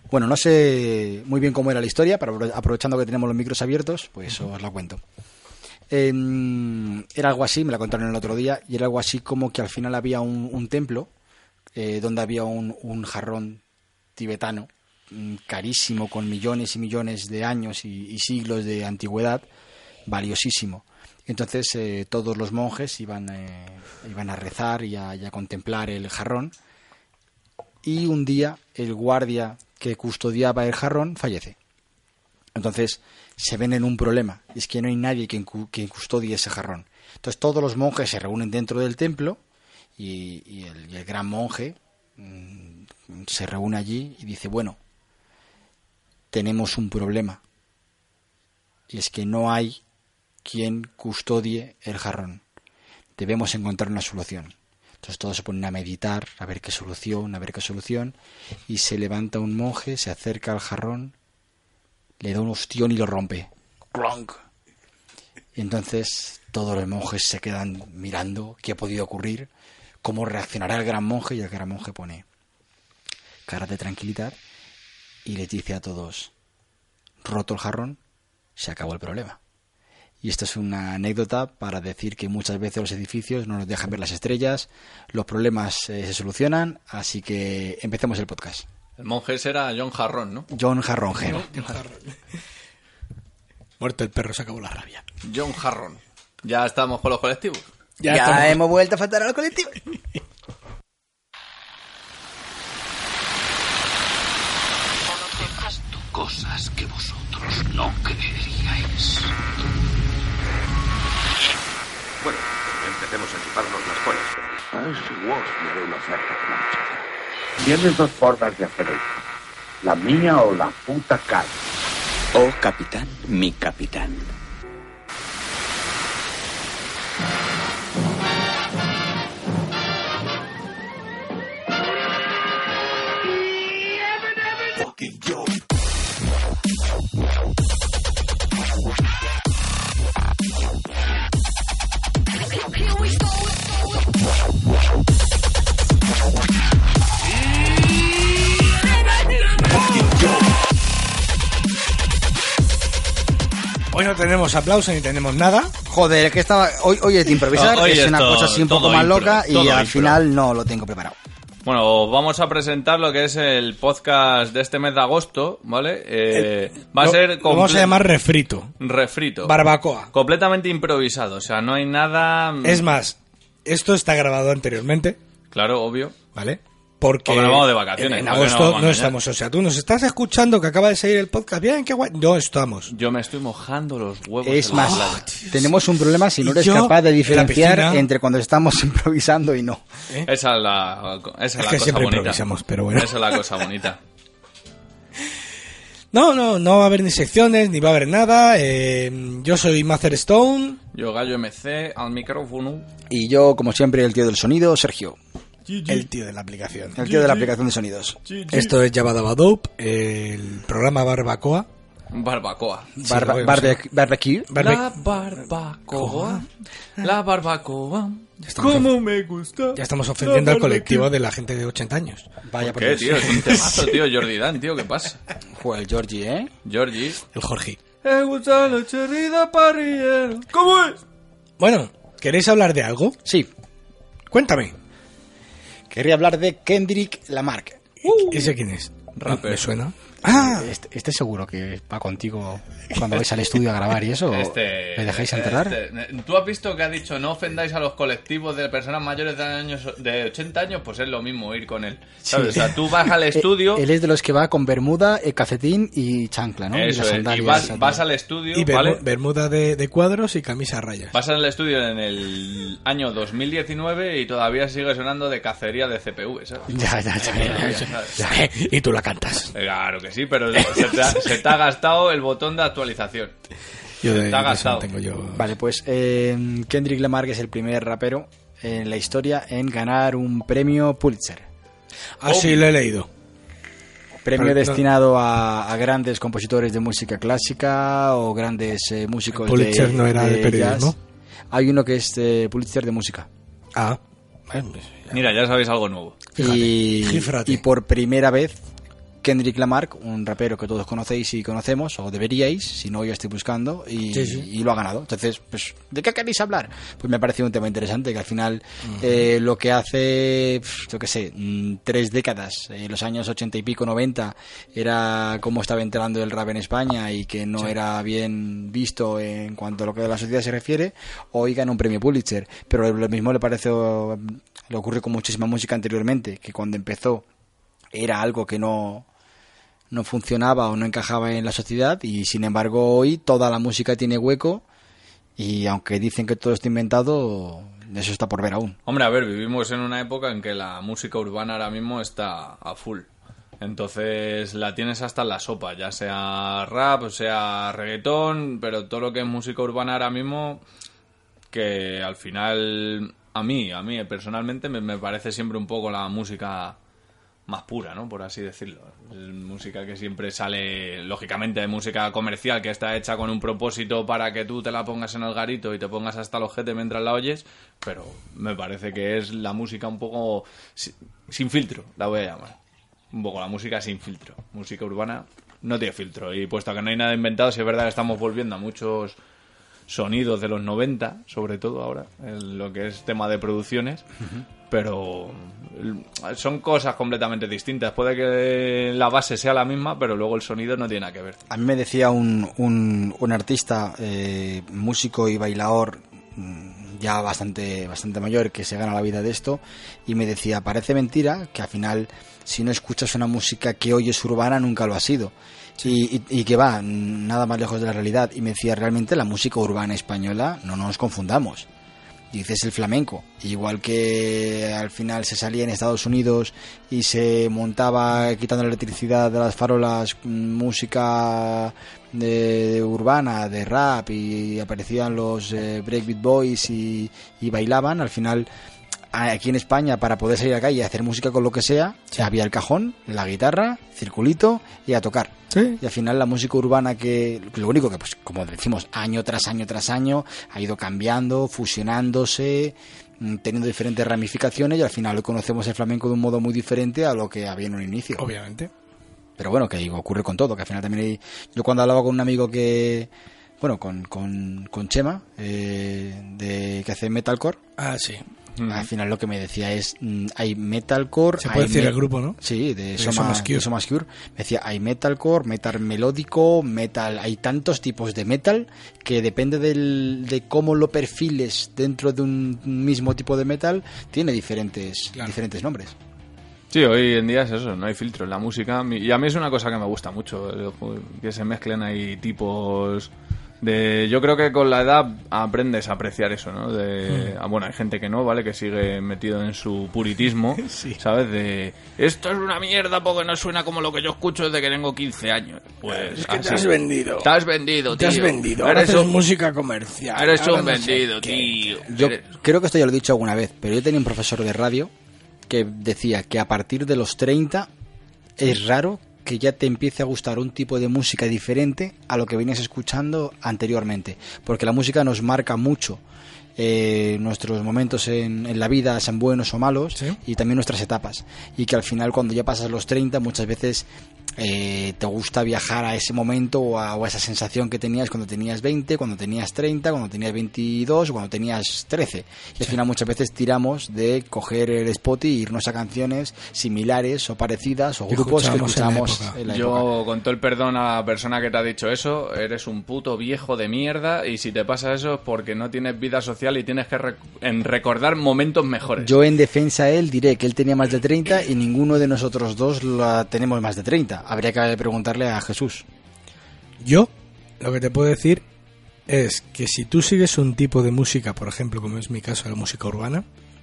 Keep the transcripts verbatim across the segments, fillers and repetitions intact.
Bueno, no sé muy bien cómo era la historia, pero aprovechando que tenemos los micros abiertos, pues os la cuento. Eh, era algo así, me la contaron el otro día, y era algo así como que al final había un, un templo eh, donde había un, un jarrón tibetano carísimo, con millones y millones de años y, y siglos de antigüedad, valiosísimo. Entonces eh, todos los monjes iban, eh, iban a rezar y a, y a contemplar el jarrón, y un día el guardia que custodiaba el jarrón fallece. Entonces se ven en un problema, y es que no hay nadie que, que custodie ese jarrón. Entonces todos los monjes se reúnen dentro del templo, y, y, el, y el gran monje mmm, se reúne allí y dice, bueno, tenemos un problema, y es que no hay quien custodie el jarrón. Debemos encontrar una solución. Entonces todos se ponen a meditar, a ver qué solución, a ver qué solución, y se levanta un monje, se acerca al jarrón, le da un ostión y lo rompe. ¡Clonk! Y entonces todos los monjes se quedan mirando qué ha podido ocurrir, cómo reaccionará el gran monje, y el gran monje pone cara de tranquilidad y les dice a todos, roto el jarrón, se acabó el problema. Y esta es una anécdota para decir que muchas veces los edificios no nos dejan ver las estrellas, los problemas eh, se solucionan, así que empecemos el podcast. El monje será John Jarrón, ¿no? John Jarrón, John Jarrón. Muerto el perro, se acabó la rabia. John Jarrón. Ya estamos con los colectivos. Ya, ya estamos... hemos vuelto a faltar a los colectivos. Cosas que vosotros no creeríais. Bueno, empecemos a chuparnos las colas. Ah, si vos me haré una oferta que no rechazaré. Tienes dos formas de hacer esto. La mía o la puta cara. Oh, capitán, mi capitán. Fucking yo. Hoy no tenemos aplauso ni tenemos nada. Joder, es que estaba hoy, hoy es de improvisar, Hoy es, es una todo, cosa así un poco todo más impro, loca, y todo al impro. final no lo tengo preparado. Bueno, vamos a presentar lo que es el podcast de este mes de agosto, ¿vale? Eh, va a Lo- ser... lo vamos a comple- llamar refrito. Refrito. Barbacoa. Completamente improvisado, o sea, no hay nada... Es más, esto está grabado anteriormente, Claro, obvio. ¿vale? Porque Porque nos vamos de vacaciones, en, en ¿para qué nos agosto vamos a no engañar? estamos. O sea, tú nos estás escuchando que acaba de salir el podcast. Bien, qué guay. No estamos. Yo me estoy mojando los huevos Es en la más, playa. tenemos un problema si no Y eres yo, capaz de en la diferenciar piscina. entre cuando estamos improvisando y no. Esa es la, esa es Es la que cosa siempre bonita. improvisamos, pero bueno. Esa es la cosa bonita. No, no, no va a haber ni secciones, ni va a haber nada. Eh, yo soy Master Stone. Yo, Gallo M C, al micrófono. Y yo, como siempre, el tío del sonido, Sergio. El tío de la aplicación. El tío de la aplicación de sonidos. Esto es Yabba Dope, el programa Barbacoa. Barbacoa. Barba- Sí, barbe- barbecue. Barbe- La barbacoa. La barbacoa. estamos ¿Cómo of- me gusta? Ya estamos ofendiendo la al colectivo barbecue. de la gente de ochenta años. Vaya por ¿Qué, Dios. tío? Es un temazo, tío. Jordi Dan, tío. ¿Qué pasa? Joder, el Georgie, ¿eh? Georgie. El Jorge. Me gusta la chorrida parrillera. ¿Cómo es? Bueno, ¿queréis hablar de algo? Sí. Cuéntame. Querría hablar de Kendrick Lamar. ¿Ese quién es? Rapper. ¿Me suena? Ah, Este, este seguro que va contigo cuando vais al estudio a grabar y eso. Este, ¿Me dejáis enterrar? este- ¿Tú has visto que ha dicho no ofendáis a los colectivos de personas mayores de años de ochenta años? Pues es lo mismo ir con él. ¿Sabes? O sea, tú vas al estudio... Eh, Él es de los que va con bermuda, eh, calcetín y chancla, ¿no? Eso y las es, y sandalias, vas, esas, vas tío. al estudio, y bermu- ¿vale? bermuda de, de cuadros y camisa a rayas. Vas al estudio en el año dos mil diecinueve y todavía sigue sonando de cacería de C P V, ¿sabes? Ya, ya, ya, ya, ya. ¿sabes? Ya, eh, y tú la cantas. Claro que sí, pero se te, ha, se te ha gastado el botón de actualización. Yo de, Está de eso no gastado. tengo yo. Vale, pues eh, Kendrick Lamar es el primer rapero en la historia en ganar un premio Pulitzer. Ah, sí, lo he leído. Premio Pero no- destinado a, a grandes compositores de música clásica o grandes eh, músicos Pulitzer de, no era de periodismo. jazz. Hay uno que es de Pulitzer de música. Ah, bueno, pues, Mira, ya sabéis algo nuevo. Fíjate, y, fíjate. y por primera vez Kendrick Lamar, un rapero que todos conocéis y conocemos, o deberíais, si no yo estoy buscando, y, Sí, sí. y lo ha ganado. Entonces, pues, ¿de qué queréis hablar? Pues me ha parecido un tema interesante, que al final uh-huh. eh, lo que hace, pf, yo qué sé, mm, tres décadas, en eh, los años ochenta y pico, noventa, era cómo estaba entrando el rap en España y que no sí. era bien visto en cuanto a lo que a la sociedad se refiere, hoy gana un premio Pulitzer. Pero lo mismo le parece, le ocurre con muchísima música anteriormente, que cuando empezó era algo que no, no funcionaba o no encajaba en la sociedad, y sin embargo hoy toda la música tiene hueco, y aunque dicen que todo está inventado, eso está por ver aún. Hombre, a ver, vivimos en una época en que la música urbana ahora mismo está a full. Entonces la tienes hasta en la sopa, ya sea rap, sea reggaetón, pero todo lo que es música urbana ahora mismo, que al final a mí, a mí personalmente me, me parece siempre un poco la música más pura, ¿no? Por así decirlo. Es música que siempre sale, lógicamente, de música comercial que está hecha con un propósito para que tú te la pongas en el garito y te pongas hasta el ojete mientras la oyes, pero me parece que es la música un poco sin filtro, la voy a llamar. Un poco la música sin filtro. Música urbana no tiene filtro, y puesto que no hay nada inventado, si es verdad que estamos volviendo a muchos sonidos de los noventa, sobre todo ahora, en lo que es tema de producciones, uh-huh. pero son cosas completamente distintas. Puede que la base sea la misma, pero luego el sonido no tiene nada que ver. A mí me decía un, un, un artista, eh, músico y bailador ya bastante, bastante mayor, que se gana la vida de esto, y me decía, parece mentira que al final, si no escuchas una música que oyes urbana, nunca lo ha sido. Sí. Y, y, y que va nada más lejos de la realidad. Y me decía, realmente la música urbana española, no nos confundamos, dices el flamenco, igual que al final se salía en Estados Unidos y se montaba quitando la electricidad de las farolas música de, de urbana, de rap, y aparecían los eh, breakbeat boys y, y bailaban. Al final aquí en España, para poder salir a la calle y hacer música con lo que sea, sí. había el cajón, la guitarra, circulito y a tocar. ¿Sí? Y al final la música urbana, que lo único que, pues como decimos, año tras año tras año ha ido cambiando, fusionándose, teniendo diferentes ramificaciones, y al final conocemos el flamenco de un modo muy diferente a lo que había en un inicio. Obviamente. Pero bueno, que digo, ocurre con todo, que al final también hay... Yo cuando hablaba con un amigo que... Bueno, con, con, con Chema, eh, de, que hace metalcore. Ah, sí. Al final lo que me decía es, mm, hay metalcore... Se puede hay decir me- el grupo, ¿no? Sí, de, De Soma, Soma Cure. de Soma Cure. Me decía, hay metalcore, metal melódico, metal... Hay tantos tipos de metal que depende del, de cómo lo perfiles dentro de un mismo tipo de metal, tiene diferentes, claro. diferentes nombres. Sí, hoy en día es eso, no hay filtro en la música. Y a mí es una cosa que me gusta mucho, que se mezclen ahí tipos... De, yo creo que con la edad aprendes a apreciar eso, ¿no? De, mm. Bueno, hay gente que no, ¿vale? Que sigue metido en su puritismo, sí. ¿sabes? De, esto es una mierda porque no suena como lo que yo escucho desde que tengo quince años. Pues es que así. te has vendido. Te has vendido, tío. Te has vendido. Ahora eres un, música comercial. Eres Ahora un no vendido, sé tío. Yo eres... creo que esto ya lo he dicho alguna vez, pero yo tenía un profesor de radio que decía que a partir de los treinta es raro que ya te empiece a gustar un tipo de música diferente a lo que venías escuchando anteriormente, porque la música nos marca mucho eh, nuestros momentos en, en la vida, sean buenos o malos, ¿sí? Y también nuestras etapas, y que al final cuando ya pasas los treinta muchas veces eh, te gusta viajar a ese momento o a, o a esa sensación que tenías cuando tenías veinte, cuando tenías treinta, cuando tenías veintidós o cuando tenías trece, y al final muchas veces tiramos de coger el Spotify e irnos a canciones similares o parecidas o grupos que escuchamos en la Yo, época. con todo el perdón a la persona que te ha dicho eso, eres un puto viejo de mierda, y si te pasa eso es porque no tienes vida social y tienes que rec- en recordar momentos mejores. Yo en defensa a él diré que él tenía más de treinta y ninguno de nosotros dos la tenemos más de treinta. Habría que preguntarle a Jesús. Yo lo que te puedo decir es que si tú sigues un tipo de música, por ejemplo, como es mi caso, la música urbana,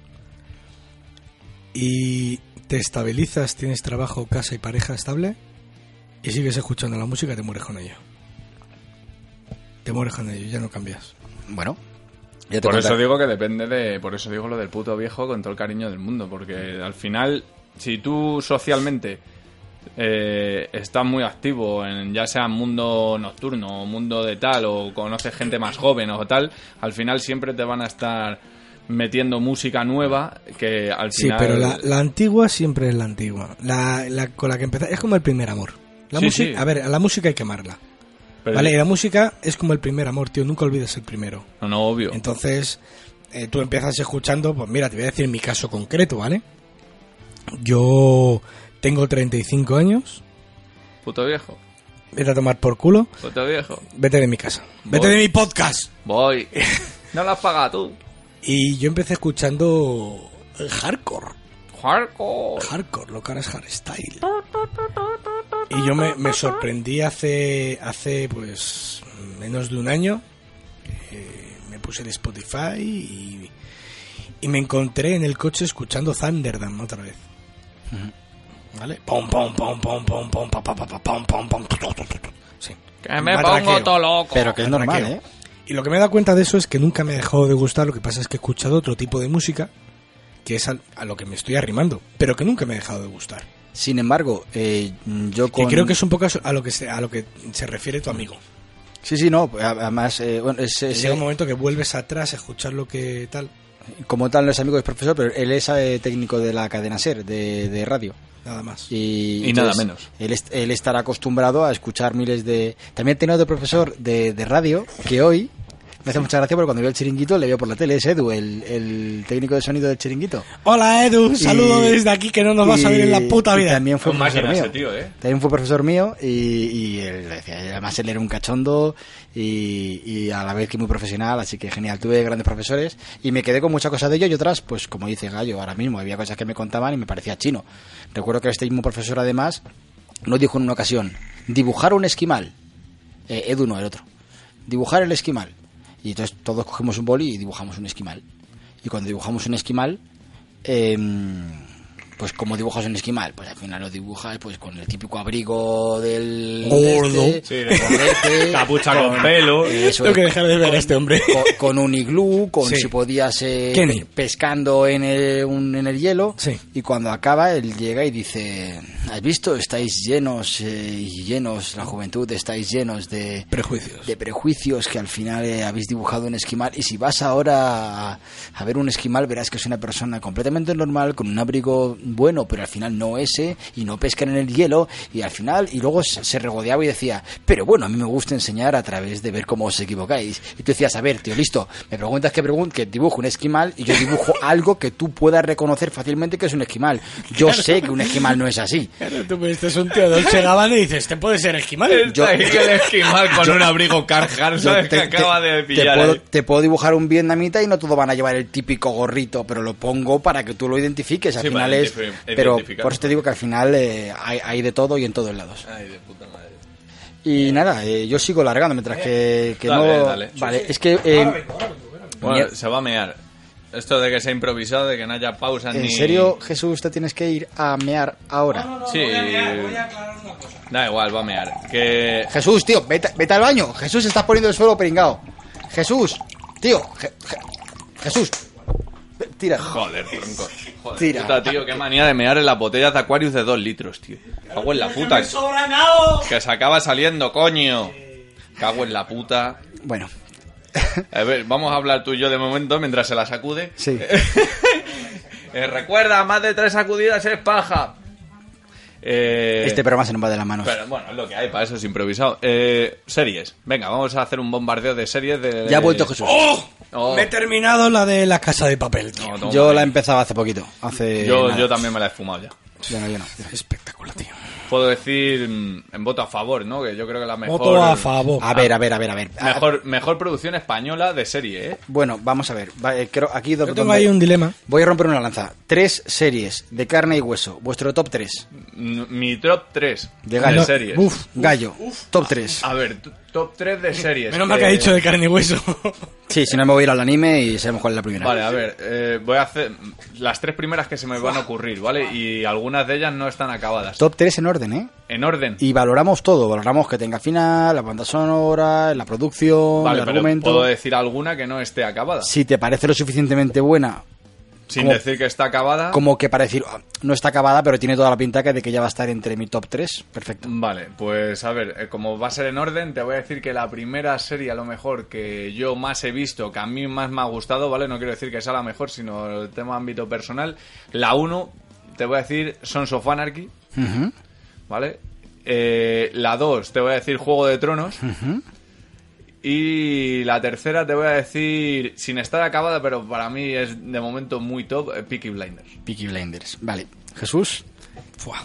y te estabilizas, tienes trabajo, casa y pareja estable, y sigues escuchando la música, te mueres con ello. Te mueres con ello, ya no cambias. Bueno, ya te por contaré. eso digo que depende de... Por eso digo lo del puto viejo con todo el cariño del mundo, porque al final, si tú socialmente eh, estás muy activo, en ya sea mundo nocturno o mundo de tal, o conoces gente más joven o tal, al final siempre te van a estar metiendo música nueva que al Sí, final... pero la, la antigua siempre es la antigua. La, la con la que empezás es como el primer amor. La Sí, música, sí. A ver, a la música hay que amarla. Pero- Vale, y la música es como el primer amor, tío. Nunca olvides el primero. No, no, obvio. Entonces, eh, tú empiezas escuchando, pues mira, te voy a decir mi caso concreto, ¿vale? Yo tengo treinta y cinco años, Puto viejo, vete a tomar por culo, puto viejo. vete de mi casa, vete Voy. de mi podcast. Voy. No la has pagado tú. Y yo empecé escuchando el hardcore, Hardcore. hardcore, lo que ahora es hardstyle. Y yo me, me sorprendí hace, hace pues menos de un año, eh, me puse en Spotify y, y me encontré en el coche escuchando Thunderdam otra vez. ¿Vale? Pom, pom, pom, pom, pom, pom, pa, pa, pa, pa, pom, pom, pom. Sí. Que me Matraqueo. pongo todo loco. Pero que es normal, Matraqueo. ¿eh? Y lo que me he dado cuenta de eso es que nunca me ha dejado de gustar, lo que pasa es que he escuchado otro tipo de música, que es a, a lo que me estoy arrimando, pero que nunca me ha dejado de gustar. Sin embargo, eh, yo con... Que creo que es un poco a lo que se, a lo que se refiere tu amigo. Sí, sí, no, además, eh, bueno, es, Que es- llega un momento que vuelves atrás a escuchar lo que tal, como tal no es amigo, es profesor, pero él es eh, técnico de la cadena SER, de, de radio. nada más. Y, Y nada menos. Él, est- él estará acostumbrado a escuchar miles de... También tenía otro profesor de, de radio que hoy me hace mucha gracia porque cuando veo el chiringuito le veo por la tele, es Edu, el, el técnico de sonido del chiringuito. Hola Edu, un saludo Y- desde aquí que no nos vas a y- ver en la puta y vida. También fue Un profesor máquina mío. ese tío, ¿eh? También fue profesor mío y, y él decía, además él era un cachondo y, y a la vez que muy profesional, así que genial. Tuve grandes profesores y me quedé con muchas cosas de ellos y otras, pues como dice Gallo, ahora mismo había cosas que me contaban y me parecía chino. Recuerdo que este mismo profesor además nos dijo en una ocasión, dibujar un esquimal. Eh, Edu no, el otro. Dibujar el esquimal. Y entonces todos cogemos un boli y dibujamos un esquimal. Y cuando dibujamos un esquimal, eh, pues como dibujas un esquimal, pues al final lo dibujas pues con el típico abrigo del Gordo. este, Sí, de- con este, Capucha con pelo. eso Tengo es, que dejar de ver a este hombre. con, con un iglú, con Sí. si podías eh, Kenny. pescando en el, un- en el hielo. Sí. Y cuando acaba, él llega y dice, ¿has visto? Estáis llenos eh, y llenos, la juventud, estáis llenos de Prejuicios. de prejuicios que al final eh, habéis dibujado un esquimal. Y si vas ahora a, a ver un esquimal, verás que es una persona completamente normal, con un abrigo bueno, pero al final no ese, y no pescan en el hielo, y al final, y luego se, se regodeaba y decía, pero bueno, a mí me gusta enseñar a través de ver cómo os equivocáis. Y tú decías, a ver, tío, listo, me preguntas que, pregun que dibujo un esquimal, y yo dibujo algo que tú puedas reconocer fácilmente que es un esquimal. Yo sé que un esquimal no es así. Claro, tú este es un tío Dolce Gabbana y dices, ¿este puede ser esquimal? Está Yo- ahí el esquimal con un abrigo Carhartt, Yo ¿sabes? te- que acaba te- de te pillar. puedo, ahí. te puedo dibujar un vietnamita y no todos van a llevar el típico gorrito, pero lo pongo para que tú lo identifiques. Al Sí, final para es. identifi- Pero identificar. por eso te digo que al final eh, hay, hay de todo y en todos lados. Ay, de puta madre. Y nada, eh, yo sigo largando mientras que, que Dale, no. dale. Vale, es que. eh, Bueno, Mier- se va a mear. Esto de que sea improvisado, de que no haya pausas ¿En ni... serio, Jesús, te tienes que ir a mear ahora? Sí. Da igual, va a mear. Que... Jesús, tío, vete, vete al baño. Jesús, estás poniendo el suelo pringao. Jesús, tío, Je- Je- Jesús, ve- tira. Joder, tronco. Joder, Tira. puta, tío, qué manía de mear en las botellas de Aquarius de dos litros, tío. Cago en la puta. Que se acaba saliendo, coño. Cago en la puta. Bueno, A ver, vamos a hablar tú y yo de momento mientras se la sacude. sí. Eh, recuerda, más de tres sacudidas es paja. Eh, Este programa se nos va de las manos. Pero bueno, es lo que hay, para eso es improvisado. Eh, series. Venga, vamos a hacer un bombardeo de series de... Ya ha vuelto Jesús. ¡Oh! Oh. Me he terminado la de la casa de papel, tío. No, toma, Yo la he ahí. empezado hace poquito. Hace yo, nada. yo también me la he fumado ya. Yo no, yo no. Espectacular, tío. Puedo decir mm, en voto a favor, ¿no? Que yo creo que la mejor... Voto a favor. A ver, a ver, a ver, a ver. Ah, Mejor, mejor producción española de serie, ¿eh? Bueno, vamos a ver. Va, eh, creo aquí do- Yo tengo donde- ahí un dilema. Voy a romper una lanza. Tres series de carne y hueso. Vuestro top tres N- Mi top tres de gallo. de series. Uf, gallo. Top tres. A ver, t- top tres de series. Menos mal que ha Eh, dicho de carne y hueso. Sí, si no me voy a ir al anime y sabemos cuál es la primera. Vale, a ver, eh, voy a hacer las tres primeras que se me van a ocurrir, ¿vale? Y algunas de ellas no están acabadas. Top tres en orden, ¿eh? En orden. Y valoramos todo. Valoramos que tenga final, la banda sonora, la producción, Vale, el pero argumento. puedo decir alguna que no esté acabada. Si te parece lo suficientemente buena Sin como, decir que está acabada. Como que para decir, no está acabada, pero tiene toda la pinta de que ya va a estar entre mi top tres. Perfecto. Vale, pues a ver, eh, como va a ser en orden, te voy a decir que la primera serie a lo mejor que yo más he visto, que a mí más me ha gustado, ¿vale? No quiero decir que sea la mejor, sino el tema de ámbito personal. La uno, te voy a decir Sons of Anarchy, Uh-huh. ¿vale? Eh, la dos, te voy a decir Juego de Tronos. Uh-huh. Y la tercera te voy a decir, sin estar acabada, pero para mí es de momento muy top, eh, Peaky Blinders. Peaky Blinders. Vale. Jesús. Fua.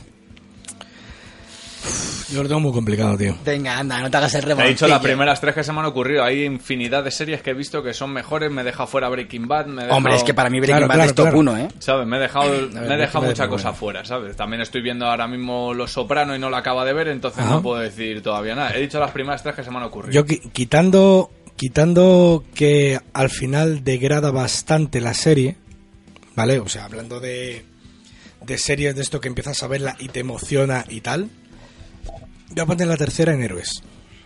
Yo lo tengo muy complicado, tío. Venga, anda, no te hagas el Te revoltillo. he dicho las primeras tres que se me han ocurrido. Hay infinidad de series que he visto que son mejores. Me he dejado fuera Breaking Bad. Me he dejado, Hombre, es que para mí Breaking Claro, Bad claro, es top claro. uno, ¿eh? ¿sabes? Me he dejado, ver, me he dejado Breaking mucha Bad es cosa muy fuera, ¿sabes? También estoy viendo ahora mismo Los Soprano y no la acaba de ver, entonces Ajá. no puedo decir todavía nada. He dicho las primeras tres que se me han ocurrido. Yo qui- quitando quitando que al final degrada bastante la serie, ¿vale? O sea, hablando de de series de esto que empiezas a verla y te emociona y tal. Voy a poner la tercera en Héroes.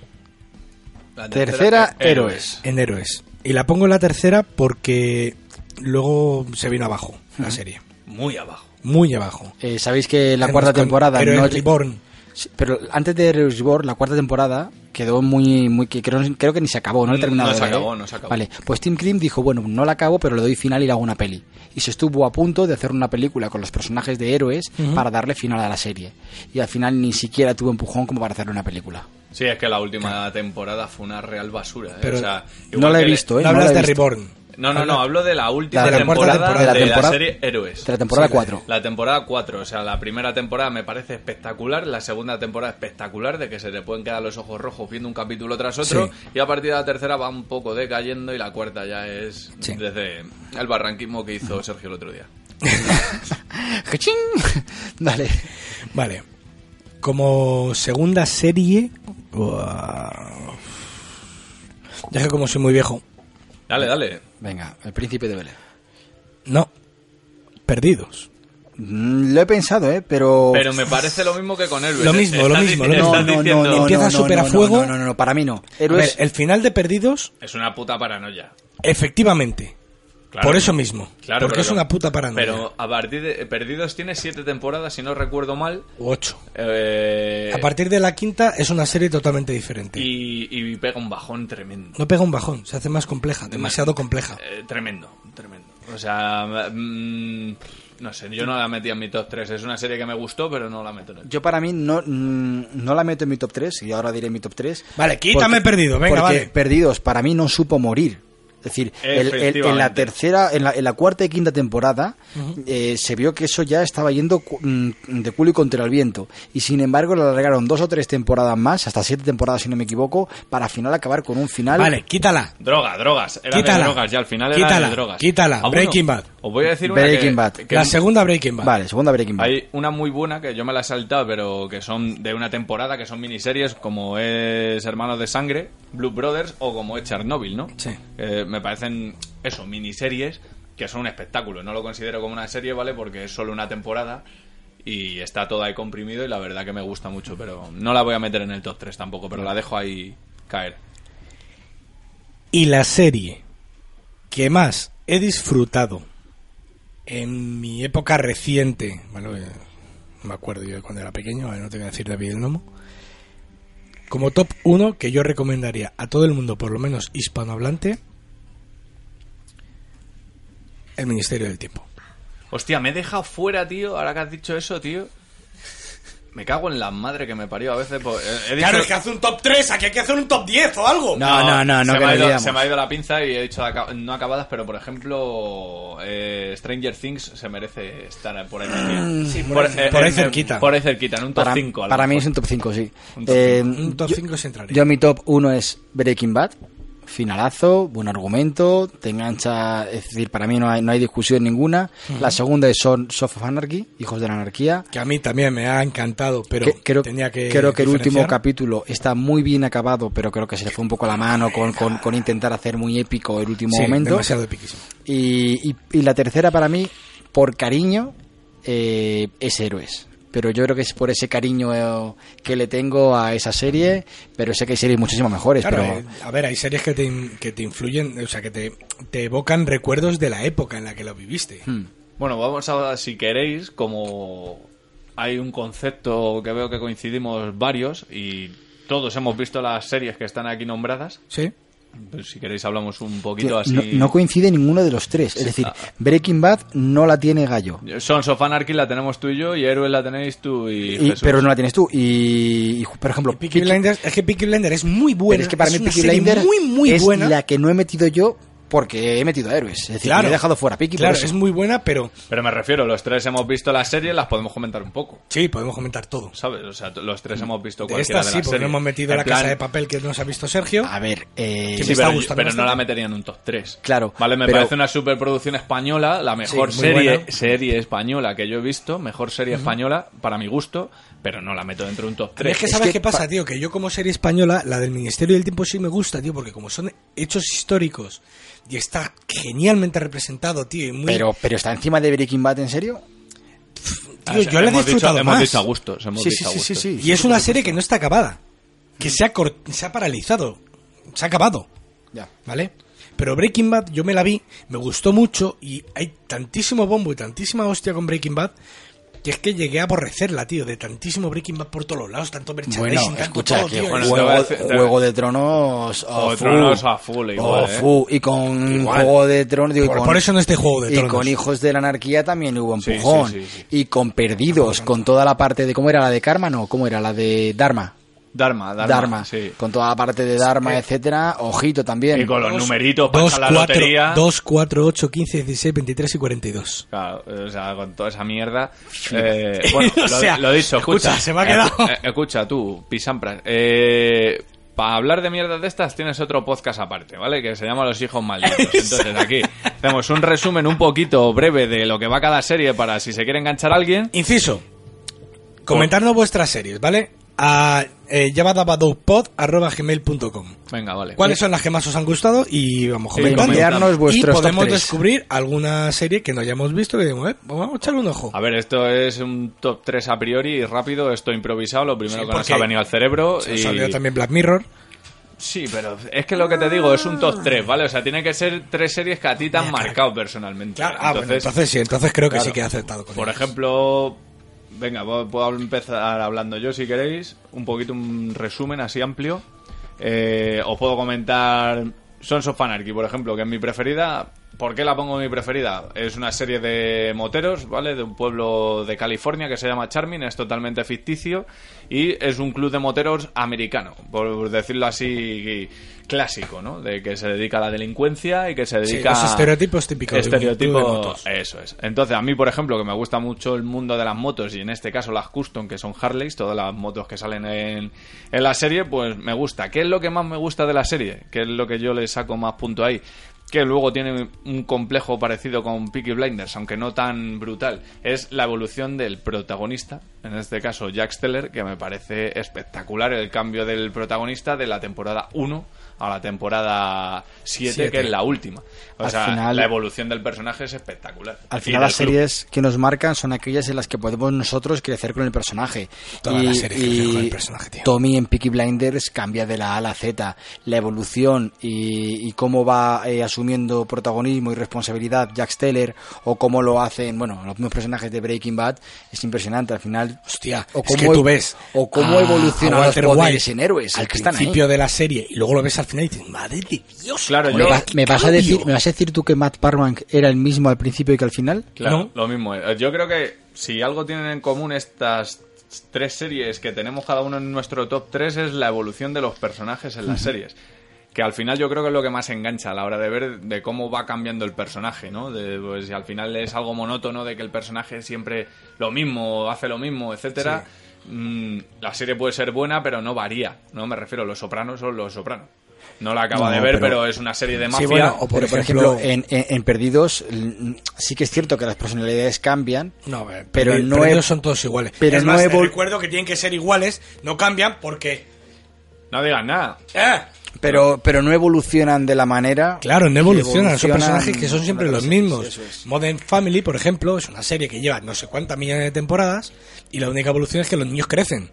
La Tercera, eh, Héroes. En Héroes. Y la pongo en la tercera porque luego se vino abajo la serie. Muy abajo. Muy abajo. Eh, Sabéis que la Además, cuarta con temporada Héroes no Reborn. Sí, pero antes de Heroes Reborn, la cuarta temporada quedó muy, muy que creo, creo que ni se acabó, no la he terminado No de se ver, acabó, ¿eh? no se acabó. Vale, pues Tim Cream dijo, bueno, no la acabo, pero le doy final y le hago una peli. Y se estuvo a punto de hacer una película con los personajes de héroes Ujú. para darle final a la serie. Y al final ni siquiera tuvo empujón como para hacerle una película. Sí, es que la última temporada fue una real basura. ¿eh? Pero O sea, No igual la he que le- visto, ¿eh? No No hablas la he de visto. Reborn. No, no, no, hablo de la última de la cuarta temporada, temporada. de, De la temporada- la serie Héroes. De la temporada Sí, cuatro. La temporada cuatro, o sea, la primera temporada me parece espectacular, la segunda temporada espectacular, de que se te pueden quedar los ojos rojos viendo un capítulo tras otro, Sí. y a partir de la tercera va un poco decayendo y la cuarta ya es Sí. desde el barranquismo que hizo Sergio el otro día. ¡Jachín! Dale. Vale. Como segunda serie... Uah. Ya que como soy muy viejo... Dale, dale. Venga, El Príncipe de Bel-Air. No. Perdidos. Mm, Lo he pensado, ¿eh? Pero... Pero me parece lo mismo que con Héroes. Lo mismo, lo Estás mismo, dici- lo mismo. estás no, no, diciendo- no, no, Empieza no, súper a no, fuego. No, no, no, no, para mí no. A ver, Héroes... el final de Perdidos, Es una puta paranoia. efectivamente. Claro. Por eso mismo. Claro, porque pero es lo- una puta paranoia. Pero a partir de Perdidos tiene siete temporadas, si no recuerdo mal. U ocho. eh, A partir de la quinta es una serie totalmente diferente. y, y pega un bajón tremendo. No pega un bajón, se hace más compleja, demasiado compleja. Eh, tremendo, tremendo. O sea, mm, no sé, yo no la metí en mi top tres. Es una serie que me gustó, pero no la meto en el Yo para mí no, mm, no la meto en mi top tres, y ahora diré mi top tres. Vale, quítame Porque- Perdido, venga, porque vale. Perdidos para mí no supo morir. Es decir, el- el- en la Efectivamente. tercera, en la, en la cuarta y quinta temporada eh, se vio que eso ya estaba yendo cu- mm, de culo y contra el viento. Y sin embargo le alargaron dos o tres temporadas más, hasta siete temporadas si no me equivoco, para al final acabar con un final. Vale, quítala. Droga, drogas. Era Quítala. de drogas, ya al final era Quítala, de drogas. quítala. Ah, bueno, Breaking Bad. Os voy a decir una Breaking que- Bad. que- La segunda Breaking Bad. Vale, segunda Breaking Bad. Hay una muy buena que yo me la he saltado, pero que son de una temporada, que son miniseries, como es Hermanos de Sangre, Blue Brothers, o como es Chernobyl, ¿no? Sí. Eh, me parecen, eso, miniseries que son un espectáculo. No lo considero como una serie, ¿vale? Porque es solo una temporada y está todo ahí comprimido y la verdad que me gusta mucho, pero no la voy a meter en el top tres tampoco, pero la dejo ahí caer. Y la serie que más he disfrutado en mi época reciente, bueno, eh, no me acuerdo yo de cuando era pequeño, eh, no te voy a decir David el Nomo, como top uno que yo recomendaría a todo el mundo, por lo menos hispanohablante, El Ministerio del Tiempo. Hostia, me he dejado fuera, tío, ahora que has dicho eso, tío. Me cago en la madre que me parió a veces. Pues, he, he dicho- hace un top tres, aquí hay que hacer un top diez o algo. No, no, no, no, se, que me ha nos ido, liamos. se me ha ido la pinza y he dicho aca- no acabadas, pero por ejemplo, eh, Stranger Things se merece estar por ahí. Mm, Sí, por ahí- por ahí cerquita. Por ahí cerquita, en un top para cinco. a lo para mí mejor. es un top cinco, sí. Un top Eh, Un top yo- cinco se entraría. Yo mi top uno es Breaking Bad, finalazo, buen argumento, te engancha, es decir, para mí no hay, no hay discusión ninguna. La segunda es Sons of Anarchy, Hijos de la Anarquía. Que a mí también me ha encantado, pero Que- creo, tenía que creo que el último diferenciar. capítulo está muy bien acabado, pero creo que se le fue un poco la mano con, con, con intentar hacer muy épico el último Sí, momento. demasiado epiquísimo. Y, y, y la tercera para mí, por cariño, eh, es Héroes. pero yo creo que es por ese cariño eh, que le tengo a esa serie, pero sé que hay series muchísimo mejores. Claro, pero eh, a ver, hay series que te, que te influyen, o sea, que te, te evocan recuerdos de la época en la que lo viviste. Hmm. Bueno, vamos a, si queréis, como hay un concepto que veo que coincidimos varios y todos hemos visto las series que están aquí nombradas. Sí. Pues si queréis hablamos un poquito Tío, así. no, no coincide ninguno de los tres. Es decir, Breaking Bad no la tiene Gallo. Sons of Anarchy la tenemos tú y yo, y Héroes la tenéis tú y, Y- Jesús. pero no la tienes tú. Y, y, por ejemplo, Peaky Peaky- Blinders, es que Peaky Blinders es muy pero buena. es que para mí una Peaky serie Blinders muy, muy es buena. la que no he metido yo porque he metido a Héroes. Es decir, Claro. me he dejado fuera Peaky. Claro, por eso. es muy buena, pero Pero me refiero, los tres hemos visto la serie, las podemos comentar un poco, sí, podemos comentar todo. ¿sabes? O sea, t- los tres hemos visto De cualquiera esta de sí, las porque no series. hemos metido En La plan- Casa de Papel que nos ha visto Sergio. A ver, eh, Que Sí, me está pero, gustando pero no bastante. la metería en un top tres. Claro, Vale, me pero- parece una superproducción española, la mejor Sí, muy serie, buena. serie española que yo he visto, mejor serie española para mi gusto, pero no la meto dentro de un top Pero tres. es que Es sabes que qué pasa, pa- tío, que yo como serie española, la del Ministerio del Tiempo sí me gusta, tío, porque como son hechos históricos y está genialmente representado, tío, y muy... pero, pero está encima de Breaking Bad, ¿en serio? tío, yo la he Hemos disfrutado dicho, hemos más. dicho a gustos, hemos Sí, dicho sí, a sí, sí, gustos. sí. Y es una serie que no está acabada, que se ha, cor- se ha paralizado, se ha acabado, Ya. ¿vale? Pero Breaking Bad yo me la vi, me gustó mucho y hay tantísimo bombo y tantísima hostia con Breaking Bad que es que llegué a aborrecerla, tío, de tantísimo Breaking Bad por todos los lados, tanto merchandising, Bueno, tanto escucha, todo, que tío. bueno, y- te voy a Juego, decir- te- Juego de Tronos a Juego de full. Tronos a full, igual, A ¿eh? full. Y con Igual. Juego de Tronos, digo, y Por- con- por eso no este Juego de y Tronos. con Hijos de la Anarquía también hubo Sí, empujón. sí, sí, sí. Y con Perdidos, con toda la parte de... ¿Cómo era la de Karma? No, ¿cómo era la de Dharma? Dharma, Dharma, Dharma. sí. Con toda la parte de Dharma, etcétera. Ojito también. Y con los Dos- numeritos para dos, echar la cuatro, lotería. dos, cuatro, ocho, quince, dieciséis, veintitrés y cuarenta y dos. Claro, o sea, con toda esa mierda. Eh, bueno, O lo, sea, lo dicho, escucha. escucha, se me ha quedado. Escu- eh, escucha, tú, Pisampras. Eh, para hablar de mierdas de estas tienes otro podcast aparte, ¿vale? Que se llama Los Hijos Malditos. Entonces aquí hacemos un resumen un poquito breve de lo que va cada serie para si se quiere enganchar a alguien. Inciso. Comentarnos vuestras series, ¿vale? A eh, llavadabadopod arroba gmail punto com. Venga, vale. ¿Cuáles son las que más os han gustado? Y vamos Sí, comentando. enviarnos y vuestros top podemos tres. descubrir alguna serie que no hayamos visto que digamos, eh, vamos a echarle un ojo. A ver, esto es un top tres a priori y rápido, esto improvisado, lo primero Sí, que nos porque ha venido al cerebro. Se y... nos olvidó también Black Mirror. Sí, pero es que lo que te digo es un top tres, ¿vale? O sea, tiene que ser tres series que a ti te han Mira, claro. marcado personalmente. Claro, ah, bueno, entonces sí, entonces creo que claro. sí que he acertado con Por ellas. ejemplo, venga, puedo puedo empezar hablando yo si queréis, un poquito un resumen así amplio. Eh, os puedo comentar Sons of Anarchy, por ejemplo, que es mi preferida. ¿Por qué la pongo mi preferida? Es una serie de moteros, ¿vale? De un pueblo de California que se llama Charming, es totalmente ficticio y es un club de moteros americano, por decirlo así, clásico, ¿no? De que se dedica a la delincuencia y que se Sí, dedica los estereotipos típicos de un Estereotipo, club de motos. eso es. Entonces, a mí, por ejemplo, que me gusta mucho el mundo de las motos y en este caso las custom, que son Harleys, todas las motos que salen en, en la serie, pues me gusta. ¿Qué es lo que más me gusta de la serie? ¿Qué es lo que yo le saco más punto ahí? Que luego tiene un complejo parecido con Peaky Blinders, aunque no tan brutal, es la evolución del protagonista, en este caso Jack Steller, que me parece espectacular el cambio del protagonista de la temporada uno a la temporada siete, Siete. que es la última. O Al sea, final- la evolución del personaje es espectacular. Al Y final del las club. series que nos marcan son aquellas en las que podemos nosotros crecer con el personaje. Todas y las series crecen con el y personaje, tío. Tommy en Peaky Blinders cambia de la A a la Z. La evolución y, y cómo va eh, asumiendo protagonismo y responsabilidad Jack Steller, o cómo lo hacen, bueno, los mismos personajes de Breaking Bad, es impresionante. Al final, Hostia, o es cómo que tú ves o cómo a- evolucionan a los Walter poderes White en héroes al que están ahí. principio de la serie y luego lo ves al final y dices, madre de Dios. Claro, ¿Me, yo... va- me vas a cambio. decir, ¿Me vas a decir tú que Matt Parman era el mismo al principio y que al final? Claro, ¿No? lo mismo. Eh, Yo creo que si algo tienen en común estas tres series que tenemos cada uno en nuestro top tres es la evolución de los personajes en las series. Que al final yo creo que es lo que más engancha a la hora de ver de cómo va cambiando el personaje, ¿no? De, pues si al final es algo monótono de que el personaje siempre lo mismo, hace lo mismo, etcétera. mm, la serie puede ser buena, pero no varía, ¿no? Me refiero, Los Sopranos son Los Sopranos. No la acabo No, de ver, pero- pero, es una serie de Sí, mafia. bueno, o por Pero, por ejemplo, ejemplo, en, en- en Perdidos l- sí que es cierto que las personalidades cambian, No, eh, pero perdi- no perdidos he- son todos iguales. pero es no más, he te vol- recuerdo que tienen que ser iguales, no cambian porque... No digas nada. ¡Eh! Pero, pero no evolucionan de la manera... Claro, no evolucionan, son evolucionan personajes que son siempre una los cosa, mismos. eso es. Modern Family, por ejemplo, es una serie que lleva no sé cuántas millones de temporadas y la única evolución es que los niños crecen.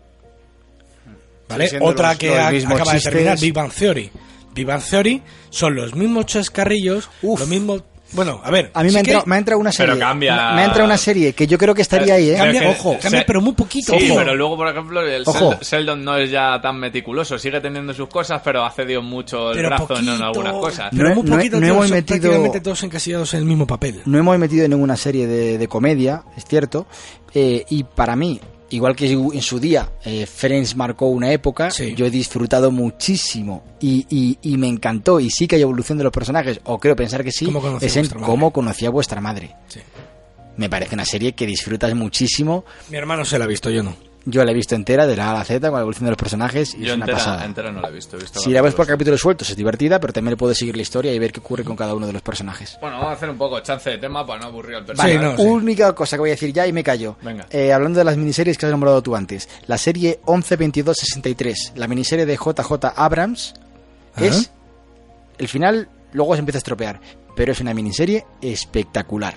¿Vale? siendo Otra los- que los a- mismos acaba de chistes. terminar, Big Bang Theory. Big Bang Theory son los mismos chascarrillos, Uf. los mismos... Bueno, a ver... A mí sí me, ha que entrado, me ha entrado una serie. Pero cambia- Me ha entrado una serie que yo creo que estaría ahí, ¿eh? Cambia, que- ojo, se- cambia, pero muy poquito. Sí, ojo. pero luego, por ejemplo, el Ojo. Sel- Sheldon no es ya tan meticuloso. Sigue teniendo sus cosas, pero ha cedido mucho el Pero brazo poquito, en algunas cosas. Pero No he- muy no he- poquito, no todos hemos son metido- prácticamente todos encasillados en el mismo papel. No hemos metido en ninguna serie de, de comedia, es cierto. Eh, y para mí, igual que en su día eh, Friends marcó una época, Sí. yo he disfrutado muchísimo y, y, y me encantó. Y sí que hay evolución de los personajes, o creo pensar que sí, ¿Cómo conocía es en vuestra madre? cómo conocía a vuestra madre. Sí. Me parece una serie que disfrutas muchísimo. Mi hermano se la ha visto, yo no. Yo la he visto entera, de la A a la Z, con la evolución de los personajes, y Yo es una entera, pasada. entera no la he visto. he visto Si la ves por capítulos. capítulos sueltos es divertida, pero también le puedes seguir la historia y ver qué ocurre con cada uno de los personajes. Bueno, vamos a hacer un poco chance de tema para no aburrir al Vale, personaje. Sí, no, sí. única cosa que voy a decir ya y me callo. Venga. Eh, hablando de las miniseries que has nombrado tú antes, la serie once veintidós sesenta y tres, la miniserie de J J Abrams, Ajá. es el final, luego se empieza a estropear, pero es una miniserie espectacular.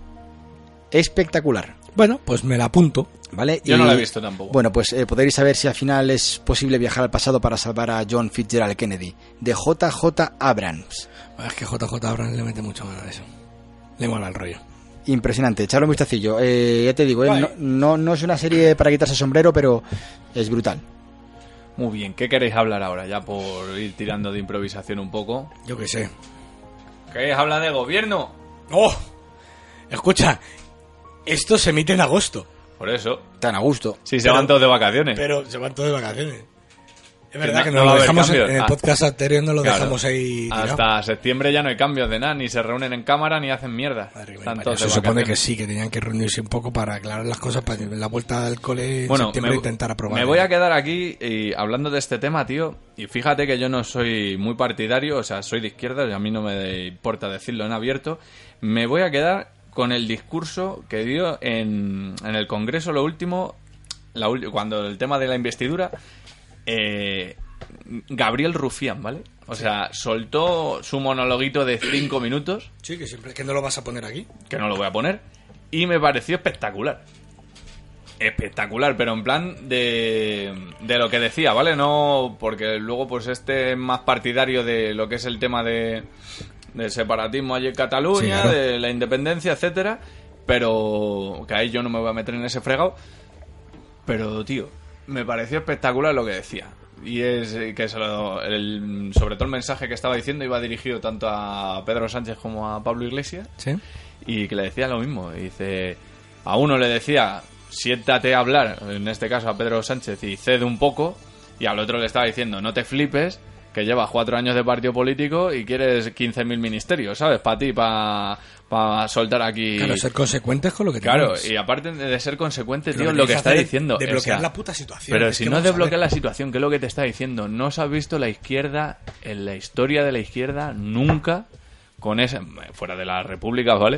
Espectacular. Bueno, pues me la apunto. ¿Vale? Yo no la he visto tampoco. Bueno, pues eh, podréis saber si al final es posible viajar al pasado para salvar a John Fitzgerald Kennedy, de J J Abrams. Es que J J Abrams le mete mucho mano a eso. Le mola el rollo. Impresionante, echarle un vistacillo. Eh, ya te digo, eh, Guay. no, no, no es una serie para quitarse el sombrero, pero es brutal. Muy bien, ¿qué queréis hablar ahora? Ya por ir tirando de improvisación un poco. Yo qué sé. ¿Queréis hablar de gobierno? ¡Oh! Escucha, esto se emite en agosto, Por eso. Tan a gusto. Si se Pero- van todos de vacaciones. pero se van todos de vacaciones. Es Que verdad no- que no nos va a lo haber dejamos en, cambios. en el Ah. podcast anterior, nos lo Claro. dejamos ahí tirado. Hasta septiembre ya no hay cambios de nada, ni se reúnen en cámara ni hacen mierda. Madre mía, Están vaya, todos se de supone que vacaciones. sí, que tenían que reunirse un poco para aclarar las cosas, para en la vuelta al cole en Bueno, septiembre me, intentar aprobar. me voy a quedar aquí y hablando de este tema, tío. Y fíjate que yo no soy muy partidario, o sea, soy de izquierda y a mí no me importa decirlo en abierto. Me voy a quedar con el discurso que dio en, en el Congreso, lo último, la, ul- cuando el tema de la investidura, eh, Gabriel Rufián, ¿vale? O sea, soltó su monologuito de cinco minutos, Sí, que siempre que no lo vas a poner aquí. que no lo voy a poner, y me pareció espectacular. Espectacular, pero en plan de, de lo que decía, ¿vale? No, porque luego pues este es más partidario de lo que es el tema de del separatismo allí en Cataluña, Sí, claro. de la independencia, etcétera, pero que ahí yo no me voy a meter en ese fregado. Pero, tío, me pareció espectacular lo que decía. Y es eh, que se lo- el, sobre todo el mensaje que estaba diciendo iba dirigido tanto a Pedro Sánchez como a Pablo Iglesias, Sí. y que le decía lo mismo. Dice, a uno le decía, siéntate a hablar, en este caso a Pedro Sánchez, y cede un poco, y al otro le estaba diciendo, no te flipes, que llevas cuatro años de partido político y quieres quince mil ministerios, ¿sabes? Para ti, para pa soltar aquí... Claro, ser consecuentes con lo que Claro, tenemos. y aparte de ser consecuente, Lo tío, que lo que tienes está hacer es diciendo... desbloquear o sea, la puta situación. Pero Es si que no vamos a desbloquea ver. la situación, ¿qué es lo que te está diciendo? No se ha visto la izquierda, en la historia de la izquierda, nunca, con ese... Fuera de las repúblicas, ¿vale?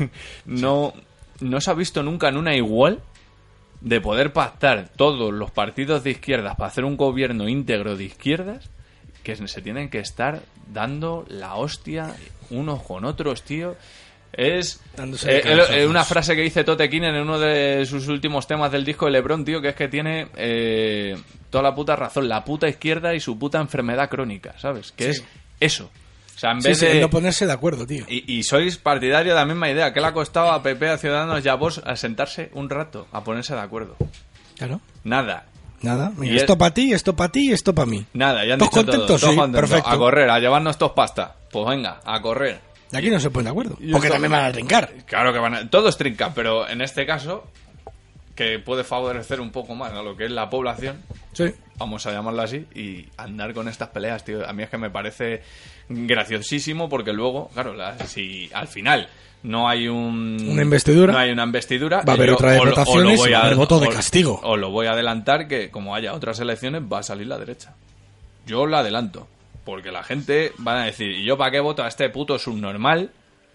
no, no se ha visto nunca en una igual de poder pactar todos los partidos de izquierdas para hacer un gobierno íntegro de izquierdas, que se tienen que estar dando la hostia unos con otros, tío. Es Dándose eh, de cabezazos. eh, una frase que dice Tote Kinen en uno de sus últimos temas del disco de LeBron, tío, que es que tiene eh, toda la puta razón, la puta izquierda y su puta enfermedad crónica, ¿sabes? Que Sí. es eso. O sea, en Sí, vez sí, de... no ponerse de acuerdo, tío. Y, y sois partidario de la misma idea. ¿Qué le ha costado a P P, a Ciudadanos y a vos a sentarse un rato, a ponerse de acuerdo? Claro. Nada. Nada. Mira, Y esto es- para ti, esto para ti, esto para mí. Nada, ya han ¿Todos dicho contentos? todo. Todos Sí, contentos. perfecto. A correr, a llevarnos todos pasta. Pues venga, a correr. De aquí no se ponen de acuerdo. Y Porque esto- también van a trincar. Claro que van a... Todos trincan, pero en este caso, que puede favorecer un poco más a lo que es la población, Sí. vamos a llamarla así, y andar con estas peleas, tío. A mí es que me parece graciosísimo porque luego, claro, la- si al final no hay un... Una investidura. No hay una investidura. Va a haber yo otra vez o lo- o lo votaciones voy y va a haber voto de o- castigo. O lo voy a adelantar que como haya otras elecciones va a salir la derecha. Yo la adelanto. Porque la gente van a decir, ¿y yo para qué voto a este puto subnormal?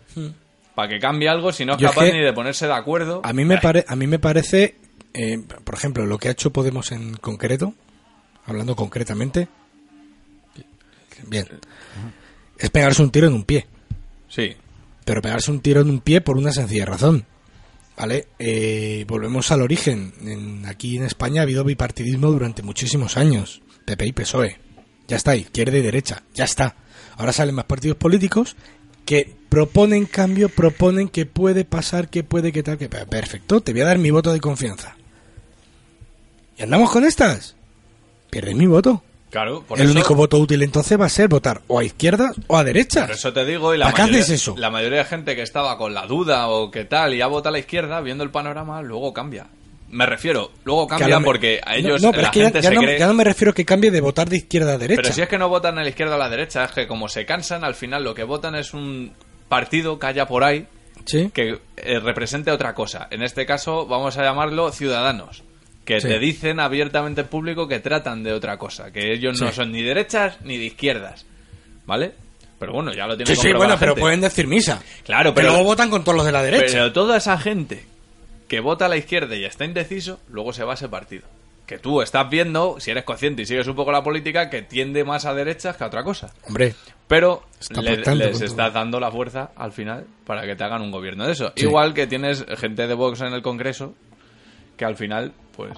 Para que cambie algo si no es Yo es capaz que- ni de ponerse de acuerdo. A mí me, pare, a mí me parece, eh, por ejemplo, lo que ha hecho Podemos en concreto, hablando concretamente, bien. Es pegarse un tiro en un pie. Sí. Pero pegarse un tiro en un pie por una sencilla razón. ¿Vale? Eh, volvemos al origen. En, aquí en España ha habido bipartidismo durante muchísimos años. P P y P S O E. Ya está, izquierda y derecha. Ya está. Ahora salen más partidos políticos que proponen cambio, proponen que puede pasar, que puede, que tal, que... Perfecto, te voy a dar mi voto de confianza. ¿Y andamos con estas? Pierdes mi voto. Claro, por El eso, único voto útil entonces va a ser votar o a izquierda o a derecha. por eso te digo, y la ¿Para qué mayoría, haces eso? la mayoría de gente que estaba con la duda o qué tal y ha votado a la izquierda, viendo el panorama, luego cambia. Me refiero, luego Que a cambia lo me- porque a ellos no, no, pero la es que ya, gente ya se no, cree... ya no me refiero que cambie de votar de izquierda a derecha. Pero si es que no votan a la izquierda o a la derecha, es que como se cansan, al final lo que votan es un partido que haya por ahí Sí. que eh, represente otra cosa. En este caso vamos a llamarlo ciudadanos, que Sí. te dicen abiertamente en público que tratan de otra cosa, que ellos no Sí. son ni derechas ni de izquierdas, ¿vale? Pero bueno, ya lo tienen Sí, sí, comprobado bueno, la pero gente. pueden decir misa. Claro, Pero pero, luego votan con todos los de la derecha. pero toda esa gente que vota a la izquierda y está indeciso, luego se va a ese partido. Que tú estás viendo, si eres consciente y sigues un poco la política, que tiende más a derechas que a otra cosa. Hombre, Pero Está le- pactando les con estás dando la fuerza al final para que te hagan un gobierno de eso. Sí. Igual que tienes gente de Vox en el Congreso, que al final, pues,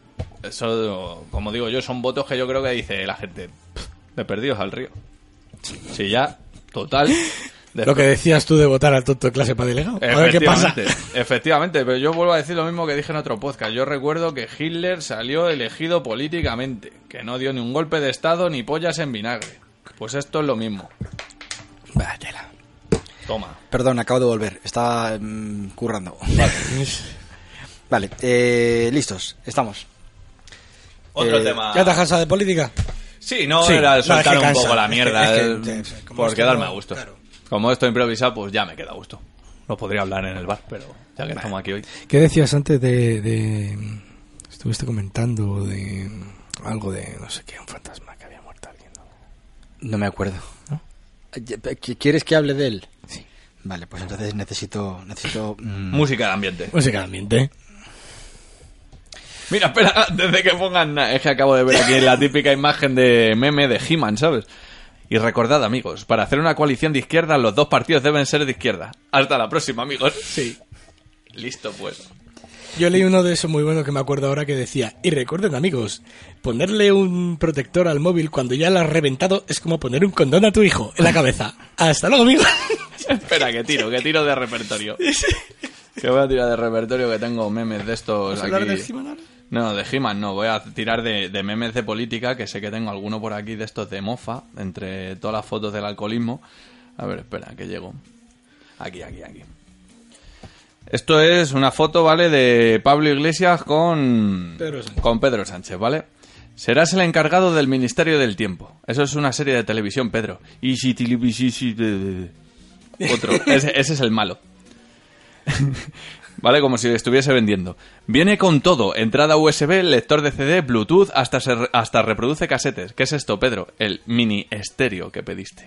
eso, como digo yo, son votos que yo creo que dice la gente, "Pff, de perdidos al río". Si ya, total. de- lo que decías tú de votar al tonto de clase para delegado. A ver qué pasa. Efectivamente, efectivamente, pero yo vuelvo a decir lo mismo que dije en otro podcast. Yo recuerdo que Hitler salió elegido políticamente, que no dio ni un golpe de estado ni pollas en vinagre. Pues esto es lo mismo. Váyala. Toma. Perdón, acabo de volver. Estaba mm, currando. Vale, vale eh, listos. Estamos. Otro Eh, tema. ¿Ya te has cansado de política? Sí, no, Sí, era no, soltar es que un cansa. poco la Es que- mierda, es que, eh, sí, como por esto quedarme no- a gusto. claro. Como esto improvisado, pues ya me queda a gusto. No podría hablar en el bar, pero ya que estamos aquí hoy. ¿Qué decías antes de, de... Estuviste comentando de algo de, no sé qué, un fantasma que había muerto alguien, ¿no? No me acuerdo. ¿No? ¿Qu- ¿Quieres que hable de él? Sí. Vale, pues entonces necesito... necesito mm, Música de ambiente. Música de ambiente. Mira, espera, antes de que pongan... na- Es que acabo de ver aquí la típica imagen de meme de He-Man, ¿sabes? Y recordad, amigos, para hacer una coalición de izquierda, los dos partidos deben ser de izquierda. Hasta la próxima, amigos. Sí. Listo, pues. Yo leí uno de esos muy bueno que me acuerdo ahora que decía, y recuerden amigos, ponerle un protector al móvil cuando ya lo has reventado es como poner un condón a tu hijo en la cabeza. Hasta luego, amigos. Espera, que tiro, que tiro de repertorio. Que voy a tirar de repertorio, que tengo memes de estos ¿Vas a hablar aquí. de He-Man ahora? No, de He-Man no, voy a tirar de, de memes de política, que sé que tengo alguno por aquí de estos de mofa, entre todas las fotos del alcoholismo. A ver, espera, que llego. Aquí, aquí, aquí. Esto es una foto, ¿vale? De Pablo Iglesias con Pedro Sánchez. con Pedro Sánchez, ¿vale? Serás el encargado del Ministerio del Tiempo. Eso es una serie de televisión, Pedro. Y si otro, ese, ese es el malo. ¿Vale? Como si estuviese vendiendo. Viene con todo. Entrada U S B, lector de C D, Bluetooth, hasta, se, hasta reproduce casetes. ¿Qué es esto, Pedro? El mini estéreo que pediste.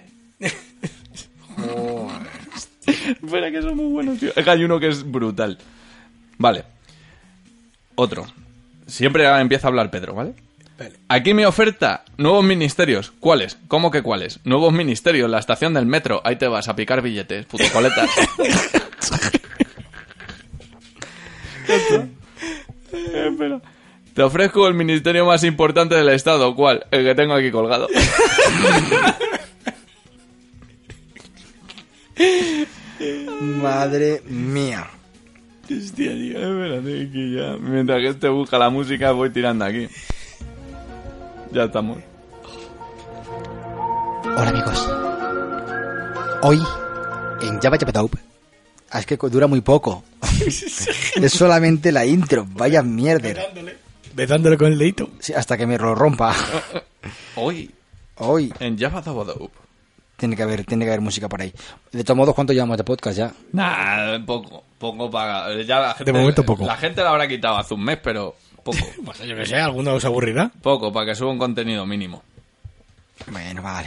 Espera, que son muy buenos, tío. Es que hay uno que es brutal. Vale. Otro. Siempre empieza a hablar Pedro, ¿vale? Vale. Aquí mi oferta, nuevos ministerios. ¿Cuáles? ¿Cómo que cuáles? Nuevos ministerios, la estación del metro. Ahí te vas a picar billetes, puto coleta. Espera. Te ofrezco el ministerio más importante del Estado. ¿Cuál? El que tengo aquí colgado. Madre mía. Hostia, tío, espérate que ya... Mientras que este busca la música, voy tirando aquí. Ya estamos. Hola amigos. Hoy en Java Java Taup. Es que dura muy poco. Es solamente la intro. Vaya mierda. Besándole con el dedito. Sí, hasta que me lo rompa. Hoy, Hoy en Java Dabadoup. tiene que haber, tiene que haber música por ahí. De todos modos, ¿cuánto llevamos de podcast ya? Nah, poco. Poco para... Ya la gente, De momento, poco. La gente la habrá quitado hace un mes, pero poco. Pues yo que sé, ¿alguno os aburrirá? Poco, para que suba un contenido mínimo. Bueno, vale.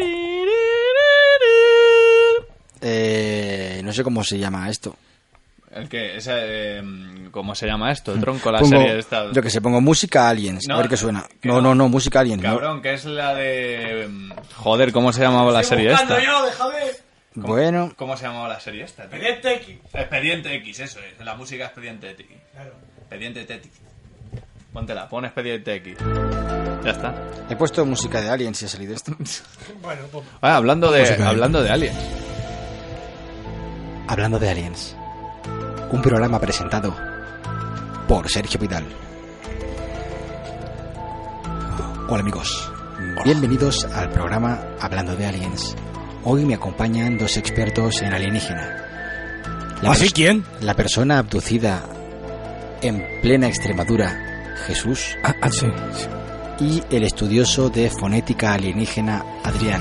Eh, no sé cómo se llama esto. El que, ese, eh, ¿cómo se llama esto? Tronco, la Pongo, serie esta. Yo que sé, pongo música Aliens, No, a ver qué suena. que No, no. no, no, música Aliens. no. Cabrón, que es la de... Joder, ¿cómo se llamaba la serie esta? yo, déjame. Bueno, ¿Cómo se llamaba la serie esta? tío? Expediente X. Expediente X, eso es. La música Expediente X. Claro. Expediente X. Póntela, pon Expediente X. Ya está. he puesto música de Aliens y ha salido esto. Bueno, pues... Ah, hablando de, Música de- hablando de Aliens. Hablando de Aliens, un programa presentado por Sergio Vidal. Hola amigos, bienvenidos al programa Hablando de Aliens. Hoy me acompañan dos expertos en alienígena. La ¿Ah, sí? pers- ¿Quién? La persona abducida en plena Extremadura, Jesús, Ah, ah, sí, sí. y el estudioso de fonética alienígena, Adrián.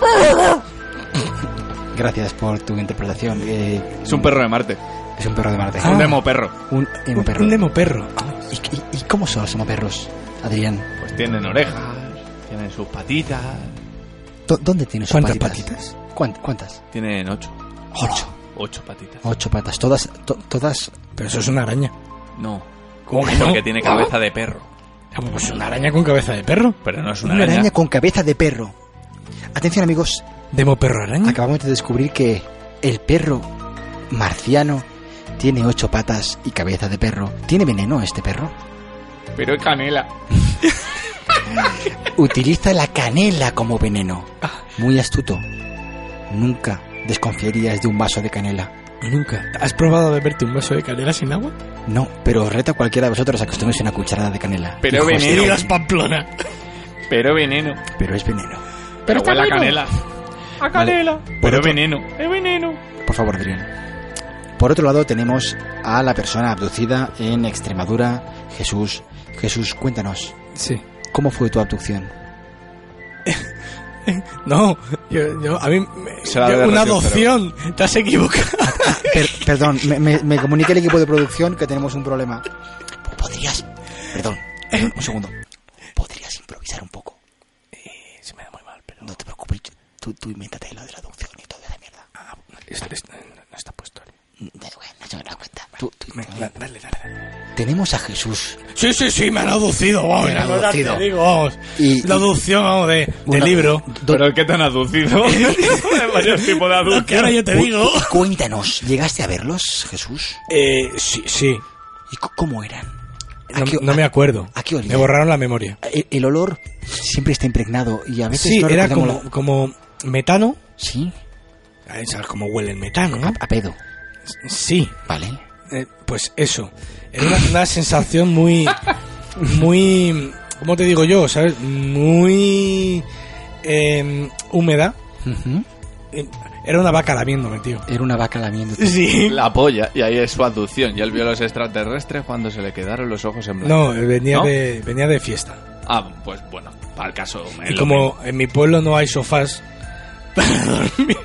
Gracias por tu interpretación. Eh, Es un perro de Marte. Es un perro de Marte. Es un demo perro. Un emo perro. Un demo perro. ¿Y, y, y cómo son los emoperros, Adrián? Pues tienen orejas, tienen sus patitas. ¿Dó- ¿Dónde tienes sus ¿Cuántas patitas? patitas? ¿Cuán- ¿Cuántas? Tienen ocho. Ocho. Ocho patitas. Ocho patas. Todas, to- todas. Pero eso es una araña. No. ¿Cómo que no? Porque tiene cabeza de perro. Pues una araña con cabeza de perro. Pero no es Una, una, araña. con cabeza de perro. Atención amigos, Demo perro araña. acabamos de descubrir que el perro marciano tiene ocho patas y cabeza de perro. ¿Tiene veneno este perro? Pero es canela. Utiliza la canela como veneno. Muy astuto. Nunca desconfiarías de un vaso de canela. Nunca. ¿Has probado beberte un vaso de canela sin agua? No, pero reto a cualquiera de vosotros a que os toméis una cucharada de canela. Pero Hijos de- veneno. Digas Pamplona. Pero veneno. Pero es veneno. Pero huele a canela. A canela. Por Pero otro- veneno. Es veneno. Por favor, Adrián. Por otro lado tenemos a la persona abducida en Extremadura, Jesús. Jesús, cuéntanos, Sí. ¿cómo fue tu abducción? No, yo, yo- a mí... me- Será yo- de una ratio adopción. Te has equivocado. Per- perdón, me, me, me comunica el equipo de producción que tenemos un problema. ¿Podrías? Perdón, perdón, un segundo. ¿Podrías improvisar un poco? Se me da muy mal, pero... No te preocupes, tú, tú invéntate lo de la adopción y toda esa mierda. Ah, esto, esto no está puesto. Da igual, no se me da cuenta. Tú- tú- Venga, da- dale, dale, dale. Tenemos a Jesús. Sí, sí, sí, me han aducido, vamos. Me han ya aducido. te digo, vamos. Y- la adopción, vamos, de, de Una- libro. Do- Pero el que te han aducido. Hay varios tipos de Lo que ahora adopción. yo te Cu- digo. cu- Cuéntanos, ¿llegaste a verlos, Jesús? Eh, sí, sí. ¿Y co- cómo eran? ¿A No, qué- no me acuerdo. ¿A qué olía? Me borraron la memoria. El, el olor siempre está impregnado y a veces Sí, no era recordamos como, la- como metano. Sí, ¿Sabes cómo huele el metano? a, a pedo, Sí. ¿vale? Eh, pues eso. Era una, una sensación muy... Muy... ¿Cómo te digo yo? ¿Sabes? Muy... eh, húmeda. Ujú. Eh, Era una vaca lamiéndome, tío. Era una vaca lamiendo. Sí. La polla. Y ahí es su adopción. Y él vio a los extraterrestres cuando se le quedaron los ojos en blanco. No, venía, ¿No? De, venía de fiesta. Ah, pues bueno. Para el caso. es Y lo como mismo. en mi pueblo no hay sofás para dormir,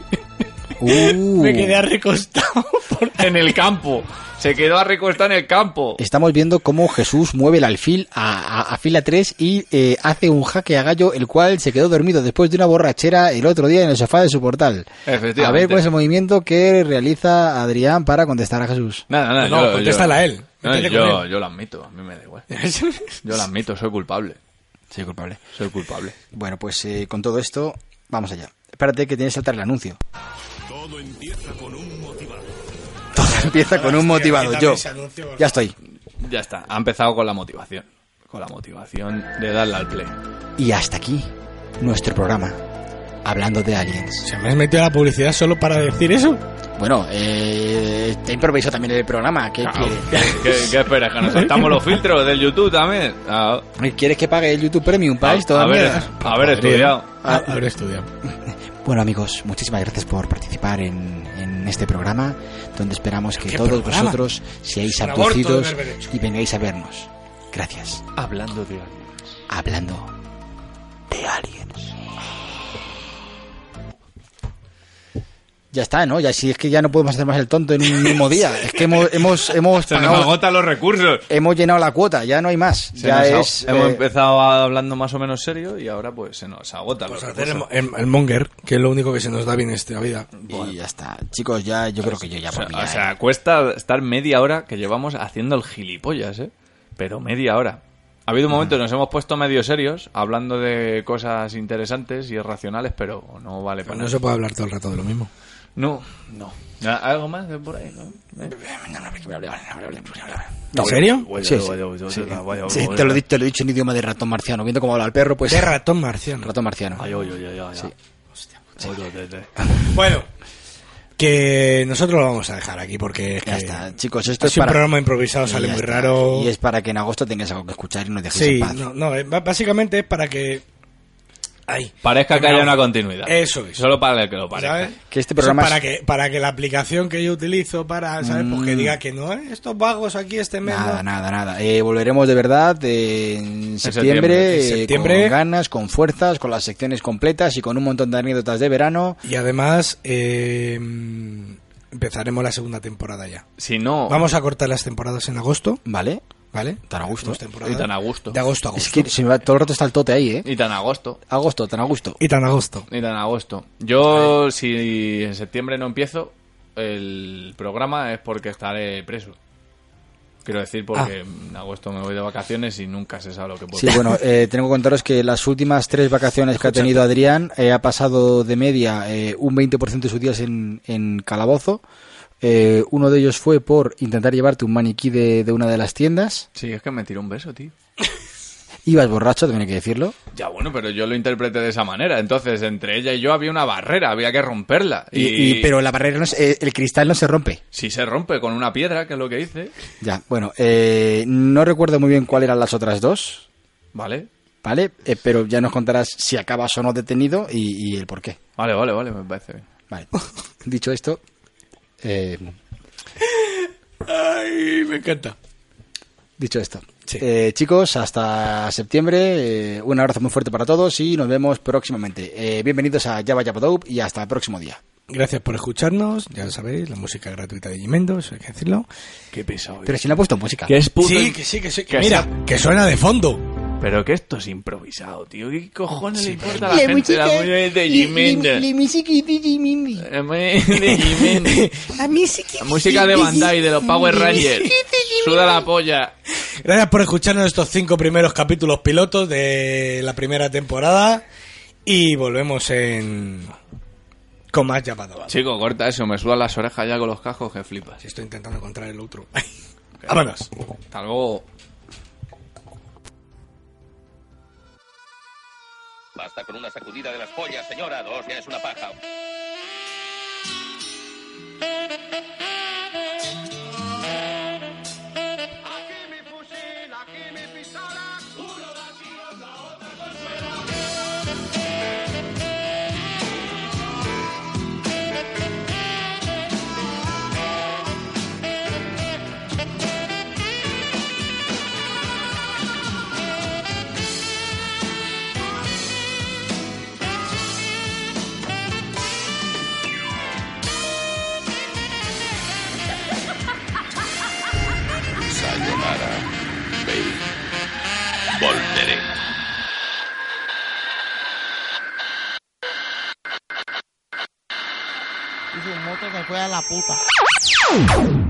Uh, me quedé recostado por... En el campo. Se quedó a recostar en el campo. Estamos viendo cómo Jesús mueve el alfil a, a- a fila tres y eh, hace un jaque a gallo, el cual se quedó dormido después de una borrachera el otro día en el sofá de su portal. Efectivamente. A ver cuál es el movimiento que realiza Adrián para contestar a Jesús. Nada, nada. No, yo, contéstala yo- a él. No, Métete yo, con él. yo lo admito. A mí me da igual. Yo lo admito. Soy culpable. Sí, culpable. Soy culpable. Bueno, pues eh, con todo esto, vamos allá. Espérate que tienes que saltar el anuncio. Todo empieza con un motivado. Todo empieza con un motivado. Yo, ya estoy. Ya está. Ha empezado con la motivación. Con la motivación de darle al play. Y hasta aquí nuestro programa, Hablando de Aliens. ¿Se me has metido a la publicidad solo para decir eso? Bueno, eh, te improviso también el programa. ¿Qué Claro. quieres? ¿Qué, qué esperas? ¿Que nos saltamos los filtros del YouTube también? Ah, ¿Quieres que pague el YouTube Premium para esto? a, ver, mierda? haber estudiado. Ah, habré estudiado. Bueno amigos, muchísimas gracias por participar en, en este programa, donde esperamos que ¿Qué todos programa? vosotros seáis Un aborto abducidos debe haber hecho. y vengáis a vernos. Gracias. Hablando de algo. Hablando de aliens. Ya está, ¿no? Ya si es que ya no podemos hacer más el tonto en un mismo día. Es que hemos hemos hemos Se nos pagado- agotan los recursos. hemos llenado la cuota, ya no hay más. Se ya nos ha- es hemos eh, empezado hablando más o menos serio y ahora pues se nos agotan Pues los hacer el, recursos. el- el monger, que es lo único que se nos da bien en esta vida. y ya está. Chicos, ya yo creo que yo ya O sea, por mí o ya, sea, eh. cuesta estar media hora que llevamos haciendo el gilipollas, ¿eh? Pero media hora. Ha habido un momento que nos hemos puesto medio serios, hablando de cosas interesantes y irracionales, pero no vale para No nada. se puede hablar todo el rato de lo mismo. No, no. ¿Algo más de por ahí? ¿no? ¿Eh? ¿En serio? Sí, sí. Sí, te lo, he, te lo he dicho en idioma de ratón marciano. Viendo cómo habla el perro, pues... De ratón marciano. ratón marciano. Ay, ay, ay, ay, ay. Sí. Oye, oye, oye. Bueno, que nosotros lo vamos a dejar aquí porque es Ya que está, chicos, esto es es un para... programa improvisado, y sale ya muy está. raro. Y es para que en agosto tengáis algo que escuchar y nos dejéis Sí, en paz. no, no, eh, b- básicamente es para que... Ay, Parezca que me haya hago- una continuidad. Eso es. Solo para el que lo parezca. ¿Sabes? Que este Eso programa para es- que para que la aplicación que yo utilizo para, ¿sabes? Pues que Mm. diga que no, ¿eh? Estos vagos aquí este mes. Nada, no. nada, nada. Eh, volveremos de verdad eh, en septiembre, septiembre. En eh, septiembre. con ganas, con fuerzas, con las secciones completas y con un montón de anécdotas de verano. Y además eh, mm, empezaremos la segunda temporada ya. Si no... Vamos a cortar las temporadas en agosto, ¿Vale? ¿vale? Tan a gusto. Dos temporadas. Y tan a gusto. De agosto a Es agosto. que se me va- todo el rato está el tote ahí, ¿eh? Y tan agosto. Agosto, tan a gusto. Y tan agosto. Y tan agosto. Yo, si en septiembre no empiezo el programa es porque estaré preso. Quiero decir, porque en agosto me voy de vacaciones y nunca se sabe lo que puedo Sí, bueno, eh, tengo que contaros que las últimas tres vacaciones que ha tenido Adrián eh, ha pasado de media eh, un veinte por ciento de sus días en, en calabozo. Eh, uno de ellos fue por intentar llevarte un maniquí de, de una de las tiendas. Sí, es que me tiró un beso, tío. Ibas borracho, también hay que decirlo. Ya, bueno, pero yo lo interpreté de esa manera. Entonces, entre ella y yo había una barrera, había que romperla. Y, y- pero la barrera, no se- eh, el cristal no se rompe. Si se rompe con una piedra, que es lo que hice, Ya, bueno, eh, no recuerdo muy bien cuáles eran las otras dos, ¿vale? ¿vale? Eh, pero ya nos contarás si acabas o no detenido y, y el por qué. Vale, vale, vale, me parece bien. Vale. Dicho esto, eh, Ay, me encanta. dicho esto, Sí. eh, chicos, hasta septiembre, eh, un abrazo muy fuerte para todos y nos vemos próximamente. Eh, bienvenidos a Java Java Dope y hasta el próximo día. Gracias por escucharnos, ya lo sabéis, la música gratuita de Gimendo, eso hay que decirlo. Qué pesado. Pero si no ha puesto música. Que es puto... Sí, que sí, que sí. que que mira, sea- que suena de fondo. Pero que esto es improvisado, tío. ¿Qué cojones le importa a La la gente música- la música de Jimenda? la música de Jimmy. La música de Jimenda. La música La música de Bandai, de los Power Rangers. Suda la polla. Gracias por escucharnos estos cinco primeros capítulos pilotos de la primera temporada y volvemos en con más Yapadaba. Chico, corta eso. Me sudan las orejas ya con los cascos que flipas. Si estoy intentando encontrar el otro. Vámonos. Hasta luego. Basta con una sacudida de las pollas, señora. Dos ya es una paja. Sayonara, baby. Volveré. Y su moto se fue a la puta.